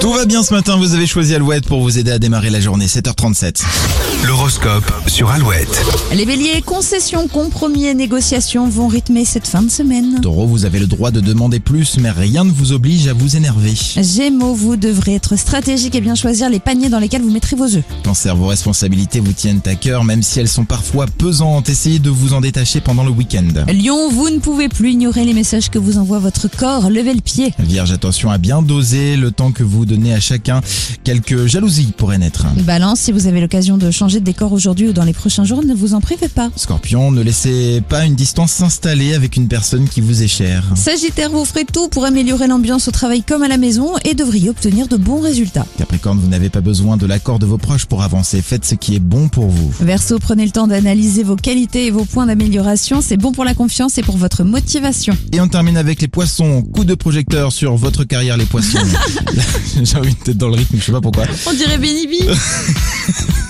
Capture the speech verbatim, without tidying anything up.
Tout va bien ce matin, vous avez choisi Alouette pour vous aider à démarrer la journée, sept heures trente-sept. L'horoscope sur Alouette. Les béliers, concessions, compromis et négociations vont rythmer cette fin de semaine. Taureau, vous avez le droit de demander plus, mais rien ne vous oblige à vous énerver. Gémeaux, vous devrez être stratégique et bien choisir les paniers dans lesquels vous mettrez vos œufs. Cancer, vos responsabilités vous tiennent à cœur, même si elles sont parfois pesantes. Essayez de vous en détacher pendant le week-end. Lion, vous ne pouvez plus ignorer les messages que vous envoie votre corps, levez le pied. Vierge, attention à bien doser le temps que vous donnez à chacun. Quelques jalousies pourraient naître. Balance, si vous avez l'occasion de changer de décor aujourd'hui ou dans les prochains jours, ne vous en privez pas. Scorpion, ne laissez pas une distance s'installer avec une personne qui vous est chère. Sagittaire, vous ferez tout pour améliorer l'ambiance au travail comme à la maison et devriez obtenir de bons résultats. Capricorne, vous n'avez pas besoin de l'accord de vos proches pour avancer. Faites ce qui est bon pour vous. Verseau, prenez le temps d'analyser vos qualités et vos points d'amélioration. C'est bon pour la confiance et pour votre motivation. Et on termine avec les poissons. Coup de projecteur sur votre carrière, les poissons. J'ai envie de tête dans le rythme, je sais pas pourquoi. On dirait Benny B.